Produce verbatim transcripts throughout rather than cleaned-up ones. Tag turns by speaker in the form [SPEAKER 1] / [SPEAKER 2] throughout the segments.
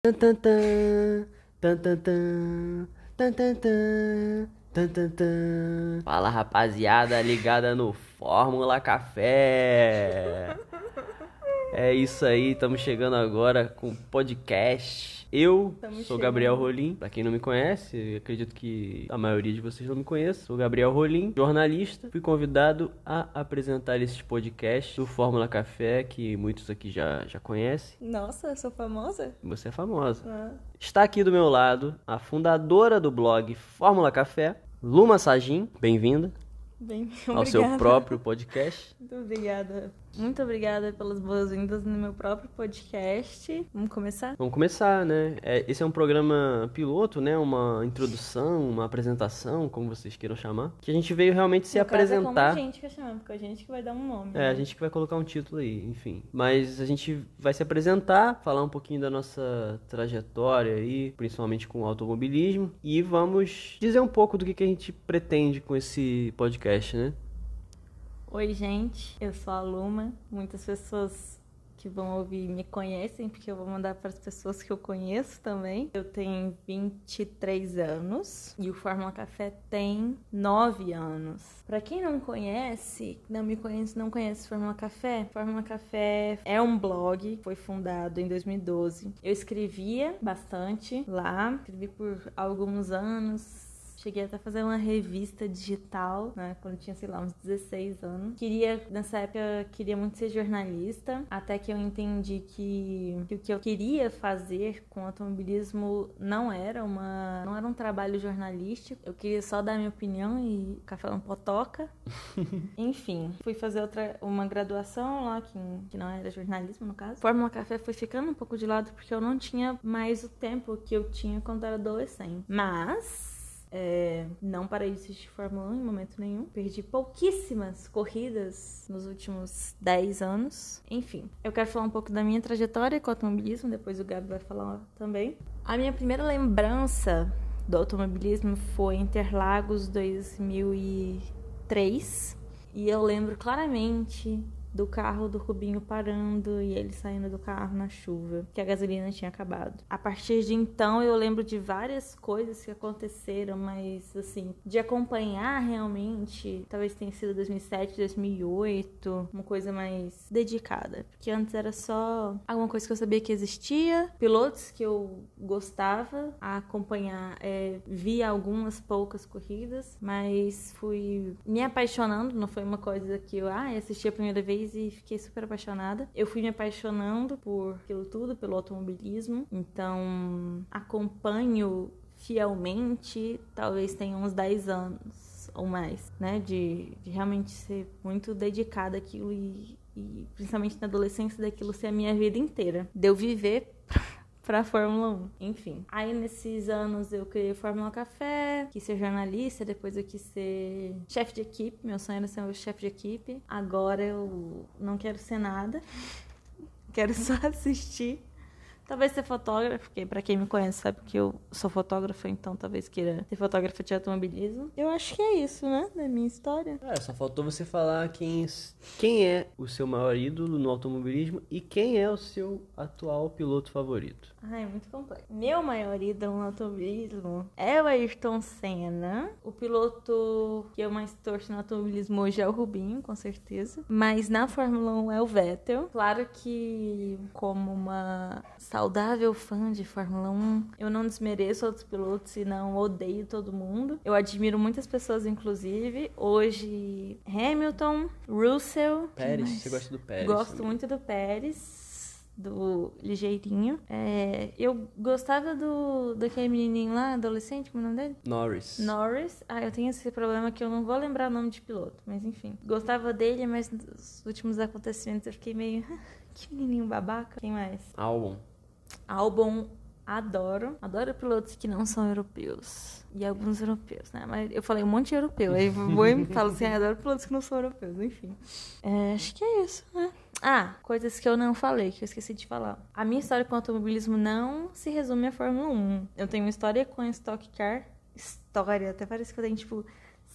[SPEAKER 1] Tan, tan, tan, tan, tan, tan, tan, tan, tan, tan, tan, tan. Fala, rapaziada ligada no Fórmula Café. É isso aí, estamos chegando agora com o podcast. Eu
[SPEAKER 2] Tamo
[SPEAKER 1] sou Gabriel
[SPEAKER 2] chegando.
[SPEAKER 1] Rolim, pra quem não me conhece, acredito que a maioria de vocês não me conhece. Sou Gabriel Rolim, jornalista. Fui convidado a apresentar esse podcast do Fórmula Café, que muitos aqui já, já conhecem.
[SPEAKER 2] Nossa, eu sou famosa?
[SPEAKER 1] Você é famosa.
[SPEAKER 2] Ah,
[SPEAKER 1] Está aqui do meu lado a fundadora do blog Fórmula Café, Luma Sagin. Bem-vinda
[SPEAKER 2] bem,
[SPEAKER 1] ao
[SPEAKER 2] obrigada.
[SPEAKER 1] seu próprio podcast.
[SPEAKER 2] Muito obrigada. Muito obrigada pelas boas-vindas no meu próprio podcast. Vamos começar?
[SPEAKER 1] Vamos começar, né? É, esse é um programa piloto, né? Uma introdução, uma apresentação, como vocês queiram chamar. Que a gente veio realmente se
[SPEAKER 2] No caso, é
[SPEAKER 1] apresentar.
[SPEAKER 2] como a gente vai chamar, porque a gente que vai dar um nome.
[SPEAKER 1] É,
[SPEAKER 2] né?
[SPEAKER 1] a gente que vai colocar um título aí, enfim. Mas a gente vai se apresentar, falar um pouquinho da nossa trajetória aí, principalmente com o automobilismo. E vamos dizer um pouco do que, que a gente pretende com esse podcast, né?
[SPEAKER 2] Oi, gente. Eu sou a Luma. Muitas pessoas que vão ouvir me conhecem, porque eu vou mandar para as pessoas que eu conheço também. Eu tenho vinte e três anos e o Fórmula Café tem nove anos. Para quem não conhece, não me conhece, não conhece Fórmula Café, Fórmula Café é um blog, foi fundado em dois mil e doze. Eu escrevia bastante lá, escrevi por alguns anos. Cheguei até a fazer uma revista digital, né, quando tinha, sei lá, uns dezesseis anos. Queria, nessa época, queria muito ser jornalista, até que eu entendi que, que o que eu queria fazer com automobilismo não era uma, não era um trabalho jornalístico. Eu queria só dar minha opinião e ficar falando potoca. Enfim, fui fazer outra, uma graduação lá, que, que não era jornalismo, no caso. Fórmula Café foi ficando um pouco de lado, porque eu não tinha mais o tempo que eu tinha quando era adolescente. Mas... É, não parei de assistir Fórmula um em momento nenhum. Perdi pouquíssimas corridas nos últimos dez anos. Enfim, eu quero falar um pouco da minha trajetória com o automobilismo, depois o Gabi vai falar também. A minha primeira lembrança do automobilismo foi em Interlagos dois mil e três. E eu lembro claramente do carro do Rubinho parando e ele saindo do carro na chuva, que a gasolina tinha acabado. A partir de então eu lembro de várias coisas que aconteceram, mas assim, de acompanhar realmente, talvez tenha sido dois mil e sete, dois mil e oito, uma coisa mais dedicada, porque antes era só alguma coisa que eu sabia que existia, pilotos que eu gostava a acompanhar, é, via algumas poucas corridas, mas fui me apaixonando, não foi uma coisa que eu ah, assisti a primeira vez e fiquei super apaixonada. Eu fui me apaixonando por aquilo tudo, pelo automobilismo. Então, acompanho fielmente, talvez tenha uns dez anos ou mais, né? De, de realmente ser muito dedicada àquilo e, e, principalmente na adolescência, daquilo ser a minha vida inteira. De eu viver pra Fórmula um, enfim. Aí nesses anos eu criei Fórmula Café, quis ser jornalista, depois eu quis ser chefe de equipe, meu sonho era ser o chefe de equipe. Agora eu não quero ser nada, quero só assistir. Talvez ser fotógrafo, porque pra quem me conhece sabe que eu sou fotógrafa, então talvez queira ser fotógrafa de automobilismo. Eu acho que é isso, né, da minha história.
[SPEAKER 1] É, só faltou você falar quem, quem é o seu maior ídolo no automobilismo e quem é o seu atual piloto favorito.
[SPEAKER 2] Ai, muito complexo. Meu maior ídolo no automobilismo é o Ayrton Senna. O piloto que eu mais torço no automobilismo hoje é o Rubinho, com certeza. Mas na Fórmula um é o Vettel. Claro que, como uma saudável fã de Fórmula um, eu não desmereço outros pilotos e não odeio todo mundo. Eu admiro muitas pessoas, inclusive. Hoje, Hamilton, Russell.
[SPEAKER 1] Pérez, você gosta do Pérez?
[SPEAKER 2] Gosto
[SPEAKER 1] também.
[SPEAKER 2] muito do Pérez. Do ligeirinho. É, eu gostava do daquele menininho lá, adolescente, como é o nome dele?
[SPEAKER 1] Norris.
[SPEAKER 2] Norris. Ah, eu tenho esse problema que eu não vou lembrar o nome de piloto, mas enfim. Gostava dele, mas nos últimos acontecimentos eu fiquei meio... que menininho babaca. Quem mais?
[SPEAKER 1] Albon.
[SPEAKER 2] Albon, adoro. Adoro pilotos que não são europeus. E alguns europeus, né? Mas eu falei um monte de europeu. Aí vou e falo assim, ah, adoro pilotos que não são europeus. Enfim. É, acho que é isso, né? Ah, coisas que eu não falei, que eu esqueci de falar. A minha história com o automobilismo não se resume à Fórmula um. Eu tenho uma história com a Stock Car. História, até parece que eu tenho, tipo,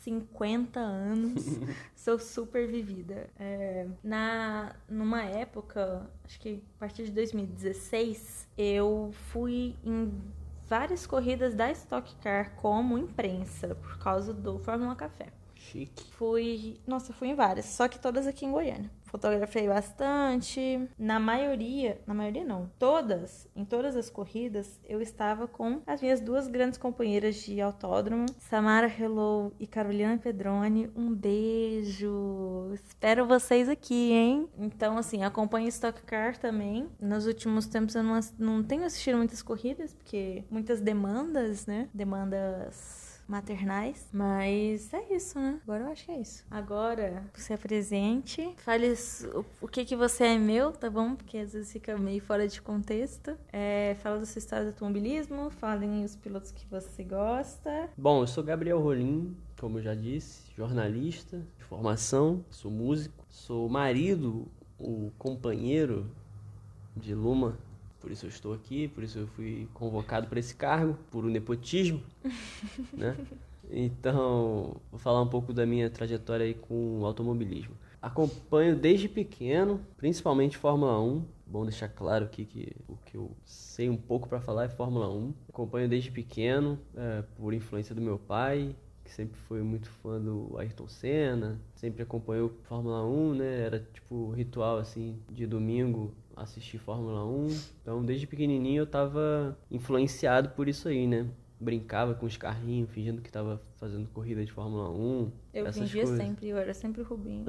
[SPEAKER 2] cinquenta anos, sou super vivida. É, na, numa época, acho que a partir de dois mil e dezesseis, eu fui em várias corridas da Stock Car como imprensa, por causa do Fórmula Café.
[SPEAKER 1] Chique.
[SPEAKER 2] Fui, nossa, fui em várias, só que todas aqui em Goiânia. Fotografei bastante. Na maioria, na maioria não, todas, em todas as corridas, eu estava com as minhas duas grandes companheiras de autódromo, Samara Hello e Carolina Pedroni. Um beijo! Espero vocês aqui, hein? Então, assim, acompanho Stock Car também. Nos últimos tempos eu não, não tenho assistido muitas corridas, porque muitas demandas, né? Demandas maternais, mas é isso, né? Agora eu acho que é isso. Agora, você é presente, fale o, o que que você é meu, tá bom? Porque às vezes fica meio fora de contexto. É, fala da sua história do automobilismo, falem os pilotos que você gosta.
[SPEAKER 1] Bom, eu sou Gabriel Rolim, como eu já disse, jornalista de formação, sou músico, sou marido, o companheiro de Luma. Por isso eu estou aqui, por isso eu fui convocado para esse cargo, por um nepotismo, né? Então, vou falar um pouco da minha trajetória aí com o automobilismo. Acompanho desde pequeno, principalmente Fórmula um. Bom deixar claro aqui que o que eu sei um pouco para falar é Fórmula um. Acompanho desde pequeno, é, por influência do meu pai, que sempre foi muito fã do Ayrton Senna, sempre acompanhou Fórmula um, né? Era tipo ritual assim de domingo assistir Fórmula um. Então, desde pequenininho eu tava influenciado por isso aí, né? Brincava com os carrinhos, fingindo que tava fazendo corrida de Fórmula um.
[SPEAKER 2] Eu
[SPEAKER 1] essas
[SPEAKER 2] fingia
[SPEAKER 1] coisas.
[SPEAKER 2] sempre, eu era sempre o Rubinho.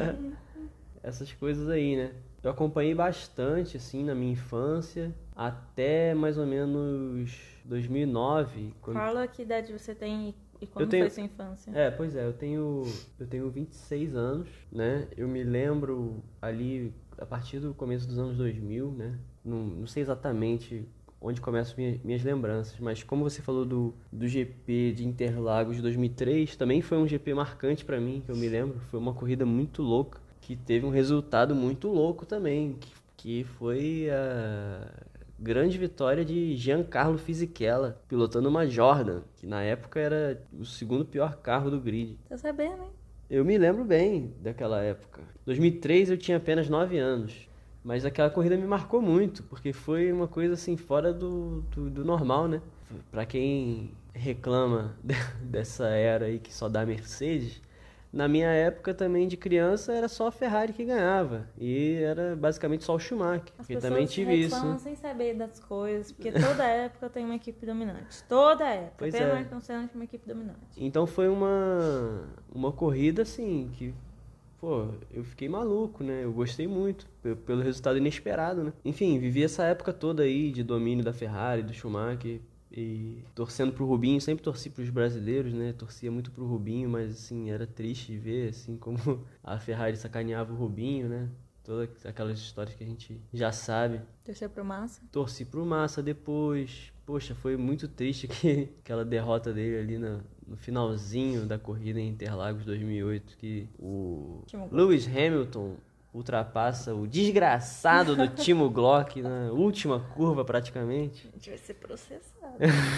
[SPEAKER 1] Essas coisas aí, né? Eu acompanhei bastante, assim, na minha infância, até mais ou menos dois mil e nove. Quando...
[SPEAKER 2] Fala que idade você tem e como
[SPEAKER 1] tenho...
[SPEAKER 2] foi sua infância.
[SPEAKER 1] É, pois é, eu tenho, eu tenho vinte e seis anos, né? Eu me lembro ali, a partir do começo dos anos dois mil, né? Não, não sei exatamente onde começam minhas, minhas lembranças, mas como você falou do, do G P de Interlagos de dois mil e três, também foi um G P marcante pra mim, que eu me lembro. Foi uma corrida muito louca, que teve um resultado muito louco também, que, que foi a grande vitória de Giancarlo Fisichella, pilotando uma Jordan, que na época era o segundo pior carro do grid.
[SPEAKER 2] Tá sabendo, hein?
[SPEAKER 1] Eu me lembro bem daquela época. Em dois mil e três eu tinha apenas nove anos, mas aquela corrida me marcou muito, porque foi uma coisa assim fora do, do, do normal, né? Pra quem reclama dessa era aí que só dá Mercedes, na minha época também de criança era só a Ferrari que ganhava, e era basicamente só o Schumacher,
[SPEAKER 2] As
[SPEAKER 1] que
[SPEAKER 2] pessoas
[SPEAKER 1] também tive isso.
[SPEAKER 2] reclamam sem saber das coisas, porque toda época tem uma equipe dominante. Toda época.
[SPEAKER 1] Pois
[SPEAKER 2] Até
[SPEAKER 1] é.
[SPEAKER 2] a Ayrton Senna tinha uma equipe dominante.
[SPEAKER 1] Então foi uma, uma corrida assim que, pô, eu fiquei maluco, né? Eu gostei muito p- pelo resultado inesperado, né? Enfim, vivi essa época toda aí de domínio da Ferrari, do Schumacher, e torcendo pro Rubinho. Sempre torci pros brasileiros, né? Torcia muito pro Rubinho, mas assim, era triste de ver assim como a Ferrari sacaneava o Rubinho, né? Todas aquelas histórias que a gente já sabe.
[SPEAKER 2] Torceu pro Massa?
[SPEAKER 1] Torci pro Massa depois. Poxa, foi muito triste que, aquela derrota dele ali na, no finalzinho da corrida em Interlagos dois mil e oito, que o
[SPEAKER 2] Timo Glock.
[SPEAKER 1] Lewis Hamilton ultrapassa o desgraçado do Timo Glock na última curva praticamente.
[SPEAKER 2] A gente vai ser processado.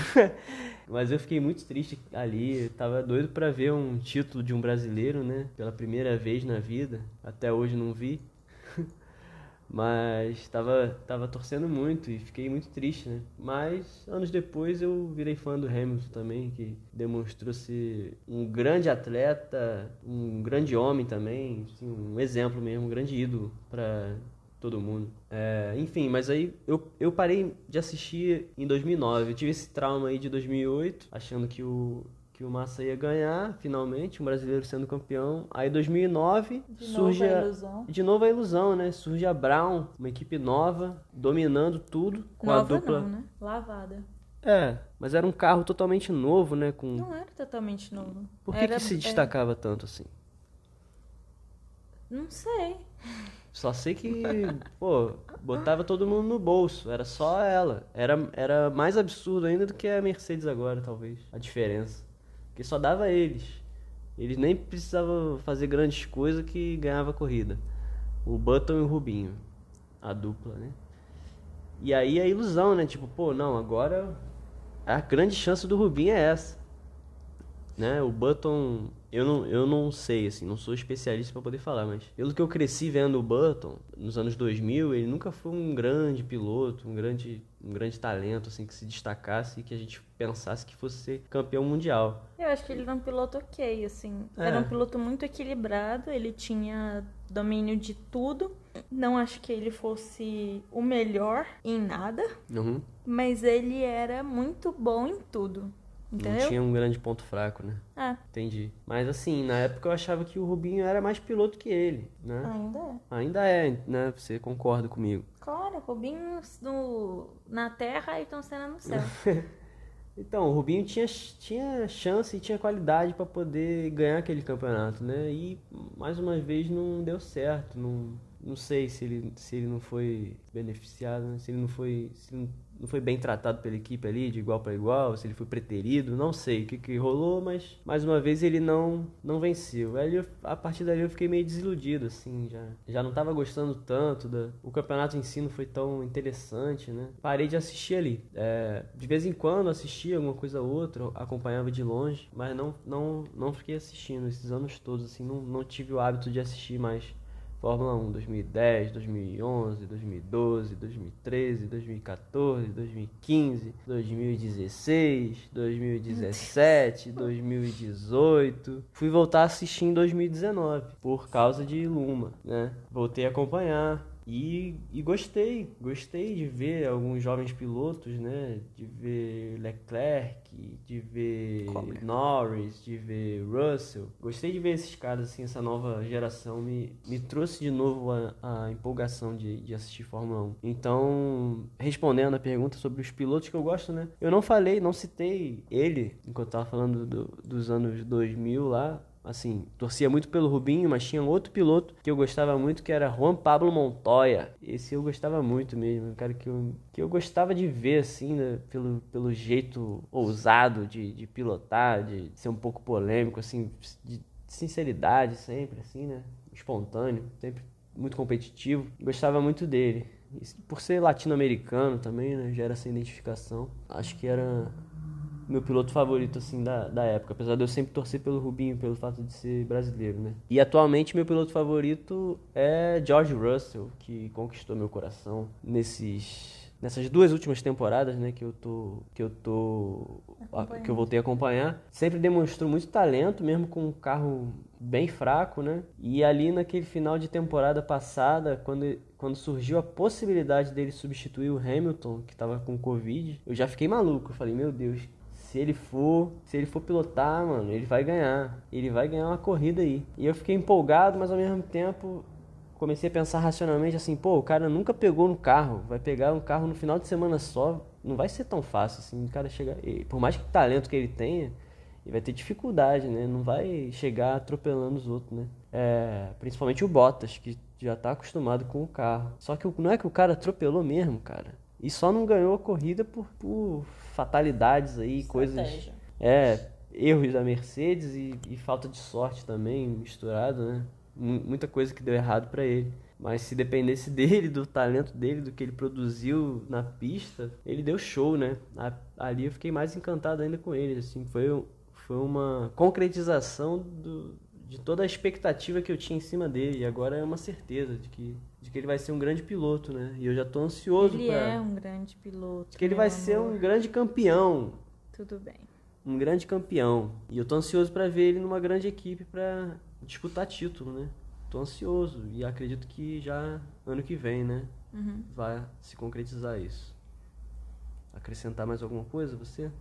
[SPEAKER 1] Mas eu fiquei muito triste ali, eu tava doido pra ver um título de um brasileiro, né? Pela primeira vez na vida, até hoje não vi. Mas tava, tava torcendo muito e fiquei muito triste, né? Mas anos depois eu virei fã do Hamilton também, que demonstrou ser um grande atleta, um grande homem também, assim, um exemplo mesmo, um grande ídolo para todo mundo. É, enfim, mas aí eu, eu parei de assistir em dois mil e nove. Eu tive esse trauma aí de dois mil e oito, achando que o... que o Massa ia ganhar, finalmente, um brasileiro sendo campeão. Aí, em dois mil e nove,
[SPEAKER 2] De
[SPEAKER 1] surge
[SPEAKER 2] novo a
[SPEAKER 1] a...
[SPEAKER 2] ilusão.
[SPEAKER 1] De novo a ilusão, né? Surge a Brown, uma equipe nova, dominando tudo, com
[SPEAKER 2] Nova
[SPEAKER 1] a dupla...
[SPEAKER 2] não, né? Lavada.
[SPEAKER 1] É, mas era um carro totalmente novo, né? Com...
[SPEAKER 2] Não era totalmente novo.
[SPEAKER 1] Por que
[SPEAKER 2] Era-
[SPEAKER 1] que se
[SPEAKER 2] é-
[SPEAKER 1] destacava tanto assim?
[SPEAKER 2] Não sei.
[SPEAKER 1] Só sei que, pô, botava todo mundo no bolso. Era só ela. Era, era mais absurdo ainda do que a Mercedes agora, talvez. A diferença. Porque só dava eles. Eles nem precisavam fazer grandes coisas que ganhava a corrida. O Button e o Rubinho. A dupla, né? E aí a ilusão, né? Tipo, pô, não, agora a grande chance do Rubinho é essa. né? O Button, eu não, eu não sei, assim, não sou especialista para poder falar, mas pelo que eu cresci vendo o Button, nos anos dois mil, ele nunca foi um grande piloto, um grande, um grande talento, assim, que se destacasse e que a gente pensasse que fosse ser campeão mundial.
[SPEAKER 2] Eu acho que ele era um piloto ok, assim.
[SPEAKER 1] É.
[SPEAKER 2] Era um piloto muito equilibrado, ele tinha domínio de tudo. Não acho que ele fosse o melhor em nada,
[SPEAKER 1] Uhum.
[SPEAKER 2] mas ele era muito bom em tudo. Entendeu?
[SPEAKER 1] Não tinha um grande ponto fraco, né?
[SPEAKER 2] Ah,
[SPEAKER 1] Entendi. Mas assim, na época eu achava que o Rubinho era mais piloto que ele, né?
[SPEAKER 2] ainda é.
[SPEAKER 1] Ainda é, né? Você concorda comigo.
[SPEAKER 2] Claro, Rubinho no, na terra e Ayrton Senna no céu.
[SPEAKER 1] Então, o Rubinho tinha, tinha chance e tinha qualidade para poder ganhar aquele campeonato, né? E mais uma vez não deu certo. Não, não sei se ele, se ele não foi beneficiado, né? Se ele não foi, se ele não foi bem tratado pela equipe ali, de igual para igual, se ele foi preterido, não sei o que, que rolou, mas mais uma vez ele não, não venceu. Aí eu, a partir dali eu fiquei meio desiludido, assim, já, já não estava gostando tanto, da, o campeonato em si não foi tão interessante, né? Parei de assistir ali. É, de vez em quando assistia alguma coisa ou outra, acompanhava de longe, mas não, não, não fiquei assistindo esses anos todos, assim, não, não tive o hábito de assistir mais Fórmula um, dois mil e dez, dois mil e onze, dois mil e doze, dois mil e treze, dois mil e quatorze, dois mil e quinze, dois mil e dezesseis, dois mil e dezessete, dois mil e dezoito. Fui voltar a assistir em dois mil e dezenove, por causa de Luma, né? Voltei a acompanhar. E, e gostei, gostei de ver alguns jovens pilotos, né? De ver Leclerc, de ver
[SPEAKER 2] Comer.
[SPEAKER 1] Norris, de ver Russell. Gostei de ver esses caras, assim, essa nova geração me, me trouxe de novo a, a empolgação de, de assistir Fórmula um. Então, respondendo a pergunta sobre os pilotos que eu gosto, né? Eu não falei, não citei ele, enquanto eu tava falando do, dos anos dois mil lá. Assim, torcia muito pelo Rubinho, mas tinha outro piloto que eu gostava muito, que era Juan Pablo Montoya. Esse eu gostava muito mesmo, um cara que eu, que eu gostava de ver, assim, né? pelo, pelo jeito ousado de, de pilotar, de ser um pouco polêmico, assim, de sinceridade sempre, assim, né? Espontâneo, sempre muito competitivo. Gostava muito dele. E por ser latino-americano também, né? Gera essa identificação. Acho que era meu piloto favorito, assim, da, da época. Apesar de eu sempre torcer pelo Rubinho, pelo fato de ser brasileiro, né? E atualmente meu piloto favorito é George Russell, que conquistou meu coração nesses, nessas duas últimas temporadas, né? Que eu tô, que eu tô, que eu voltei a acompanhar. Sempre demonstrou muito talento, mesmo com um carro bem fraco, né? E ali naquele final de temporada passada, quando, quando surgiu a possibilidade dele substituir o Hamilton, que tava com Covid, eu já fiquei maluco. Eu falei, meu Deus, se ele for, se ele for pilotar, mano, ele vai ganhar. Ele vai ganhar uma corrida aí. E eu fiquei empolgado, mas ao mesmo tempo comecei a pensar racionalmente assim, pô, o cara nunca pegou no carro, vai pegar um carro no final de semana só, não vai ser tão fácil assim, o cara chegar, e por mais que talento que ele tenha, ele vai ter dificuldade, né? Não vai chegar atropelando os outros, né? É, principalmente o Bottas, que já tá acostumado com o carro. Só que não é que o cara atropelou mesmo, cara. E só não ganhou a corrida por, por fatalidades aí,
[SPEAKER 2] Estratégia.
[SPEAKER 1] coisas... É, erros da Mercedes e, e falta de sorte também, misturado, né? M- muita coisa que deu errado pra ele. Mas se dependesse dele, do talento dele, do que ele produziu na pista, ele deu show, né? A, ali eu fiquei mais encantado ainda com ele, assim, foi, um- foi uma concretização do, de toda a expectativa que eu tinha em cima dele. E agora é uma certeza de que, de que ele vai ser um grande piloto, né? E eu já tô ansioso
[SPEAKER 2] Ele
[SPEAKER 1] pra...
[SPEAKER 2] é um grande piloto.
[SPEAKER 1] de que ele
[SPEAKER 2] meu
[SPEAKER 1] vai ser
[SPEAKER 2] amor.
[SPEAKER 1] um grande campeão.
[SPEAKER 2] Tudo bem.
[SPEAKER 1] Um grande campeão. E eu tô ansioso pra ver ele numa grande equipe pra disputar título, né? Tô ansioso e acredito que já ano que vem, né?
[SPEAKER 2] Uhum.
[SPEAKER 1] Vai se concretizar isso. Acrescentar mais alguma coisa, você?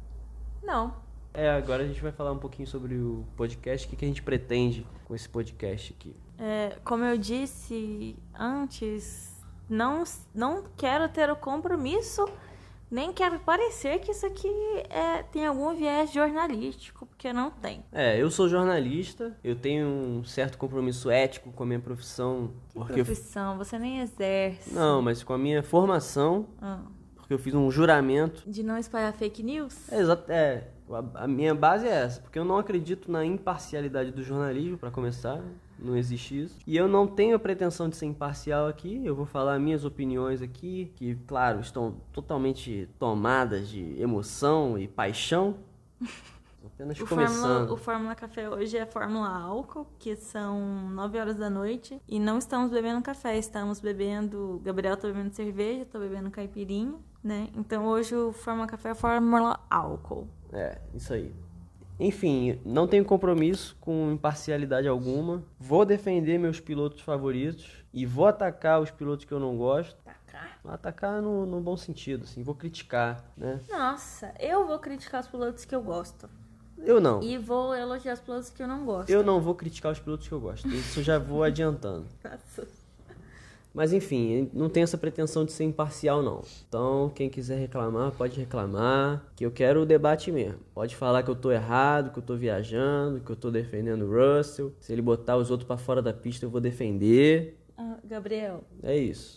[SPEAKER 2] Não.
[SPEAKER 1] É, agora a gente vai falar um pouquinho sobre o podcast, o que que a gente pretende com esse podcast aqui.
[SPEAKER 2] É, como eu disse antes, não, não quero ter o compromisso, nem quero parecer que isso aqui é, tem algum viés jornalístico, porque não tem.
[SPEAKER 1] É, eu sou jornalista, eu tenho um certo compromisso ético com a minha profissão.
[SPEAKER 2] Que
[SPEAKER 1] porque eu-
[SPEAKER 2] profissão, você nem exerce.
[SPEAKER 1] Não, mas com a minha formação,
[SPEAKER 2] Ah,
[SPEAKER 1] porque eu fiz um juramento.
[SPEAKER 2] de não espalhar fake news?
[SPEAKER 1] É, exato, é, a, a minha base é essa, porque eu não acredito na imparcialidade do jornalismo, para começar, não existe isso. E eu não tenho a pretensão de ser imparcial aqui, eu vou falar minhas opiniões aqui, que, claro, estão totalmente tomadas de emoção e paixão. Apenas
[SPEAKER 2] o
[SPEAKER 1] começando.
[SPEAKER 2] Fórmula, o Fórmula Café hoje é Fórmula Álcool, que são nove horas da noite. E não estamos bebendo café, estamos bebendo... Gabriel tá bebendo cerveja, tô bebendo caipirinha, né? Então hoje o Fórmula Café é Fórmula Álcool.
[SPEAKER 1] É, isso aí. Enfim, não tenho compromisso com imparcialidade alguma. Vou defender meus pilotos favoritos e vou atacar os pilotos que eu não gosto.
[SPEAKER 2] Atacar?
[SPEAKER 1] Atacar no, no bom sentido, assim. Vou criticar, né?
[SPEAKER 2] Nossa, eu vou criticar os pilotos que eu gosto.
[SPEAKER 1] Eu não.
[SPEAKER 2] E vou elogiar os pilotos que eu não gosto.
[SPEAKER 1] Eu não vou criticar os pilotos que eu gosto. Isso eu já vou adiantando.
[SPEAKER 2] Nossa.
[SPEAKER 1] Mas enfim, não tenho essa pretensão de ser imparcial, não. Então, quem quiser reclamar, pode reclamar, que eu quero o debate mesmo. Pode falar que eu tô errado, que eu tô viajando, que eu tô defendendo o Russell. Se ele botar os outros pra fora da pista, eu vou defender.
[SPEAKER 2] Ah, Gabriel.
[SPEAKER 1] É isso.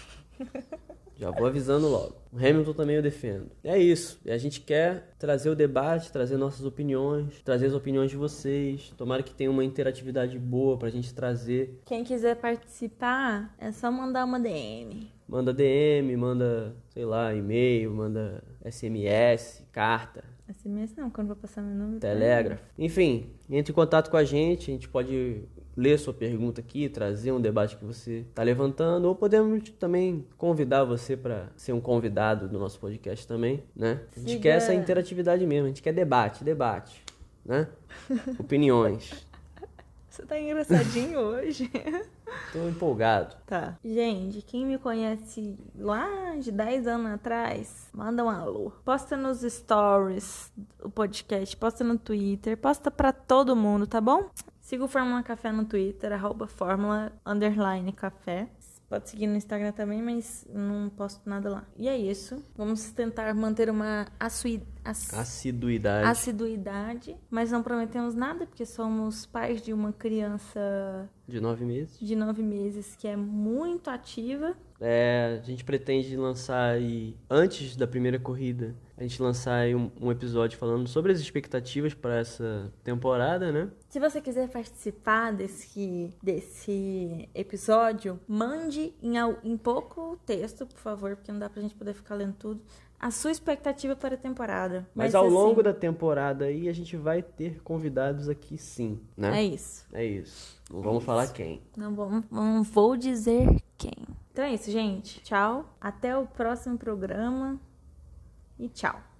[SPEAKER 1] Já vou avisando logo. O Hamilton também eu defendo. É isso. E a gente quer trazer o debate, trazer nossas opiniões, trazer as opiniões de vocês. Tomara que tenha uma interatividade boa pra gente trazer.
[SPEAKER 2] Quem quiser participar, é só mandar uma D M.
[SPEAKER 1] Manda D M, manda, sei lá, e-mail, manda S M S, carta.
[SPEAKER 2] S M S não, quando eu vou passar meu número.
[SPEAKER 1] Telégrafo. Enfim, entre em contato com a gente, a gente pode ler sua pergunta aqui, trazer um debate que você está levantando, ou podemos também convidar você para ser um convidado do nosso podcast também, né? A gente
[SPEAKER 2] Siga...
[SPEAKER 1] quer essa interatividade mesmo, a gente quer debate, debate, né? Opiniões.
[SPEAKER 2] Você tá engraçadinho hoje.
[SPEAKER 1] Tô empolgado.
[SPEAKER 2] Tá. Gente, quem me conhece lá de dez anos atrás, manda um alô. Posta nos stories o podcast, posta no Twitter, posta pra todo mundo, tá bom? Siga o Fórmula Café no Twitter, arroba Fórmula underline café. Pode seguir no Instagram também, mas não posto nada lá. E é isso. Vamos tentar manter uma assui... ass...
[SPEAKER 1] assiduidade.
[SPEAKER 2] assiduidade, mas não prometemos nada, porque somos pais de uma criança
[SPEAKER 1] de nove meses.
[SPEAKER 2] De nove meses que é muito ativa.
[SPEAKER 1] É, a gente pretende lançar aí, antes da primeira corrida, a gente lançar aí um, um episódio falando sobre as expectativas para essa temporada, né?
[SPEAKER 2] Se você quiser participar desse, desse episódio, mande em, em pouco texto, por favor, porque não dá pra gente poder ficar lendo tudo, a sua expectativa para a temporada.
[SPEAKER 1] Mas, Mas ao assim, longo da temporada aí, a gente vai ter convidados aqui sim, né?
[SPEAKER 2] É isso.
[SPEAKER 1] É isso. Não vamos é isso. falar quem.
[SPEAKER 2] Não, vamos, não vou dizer quem. Então é isso, gente. Tchau. Até o próximo programa. E tchau.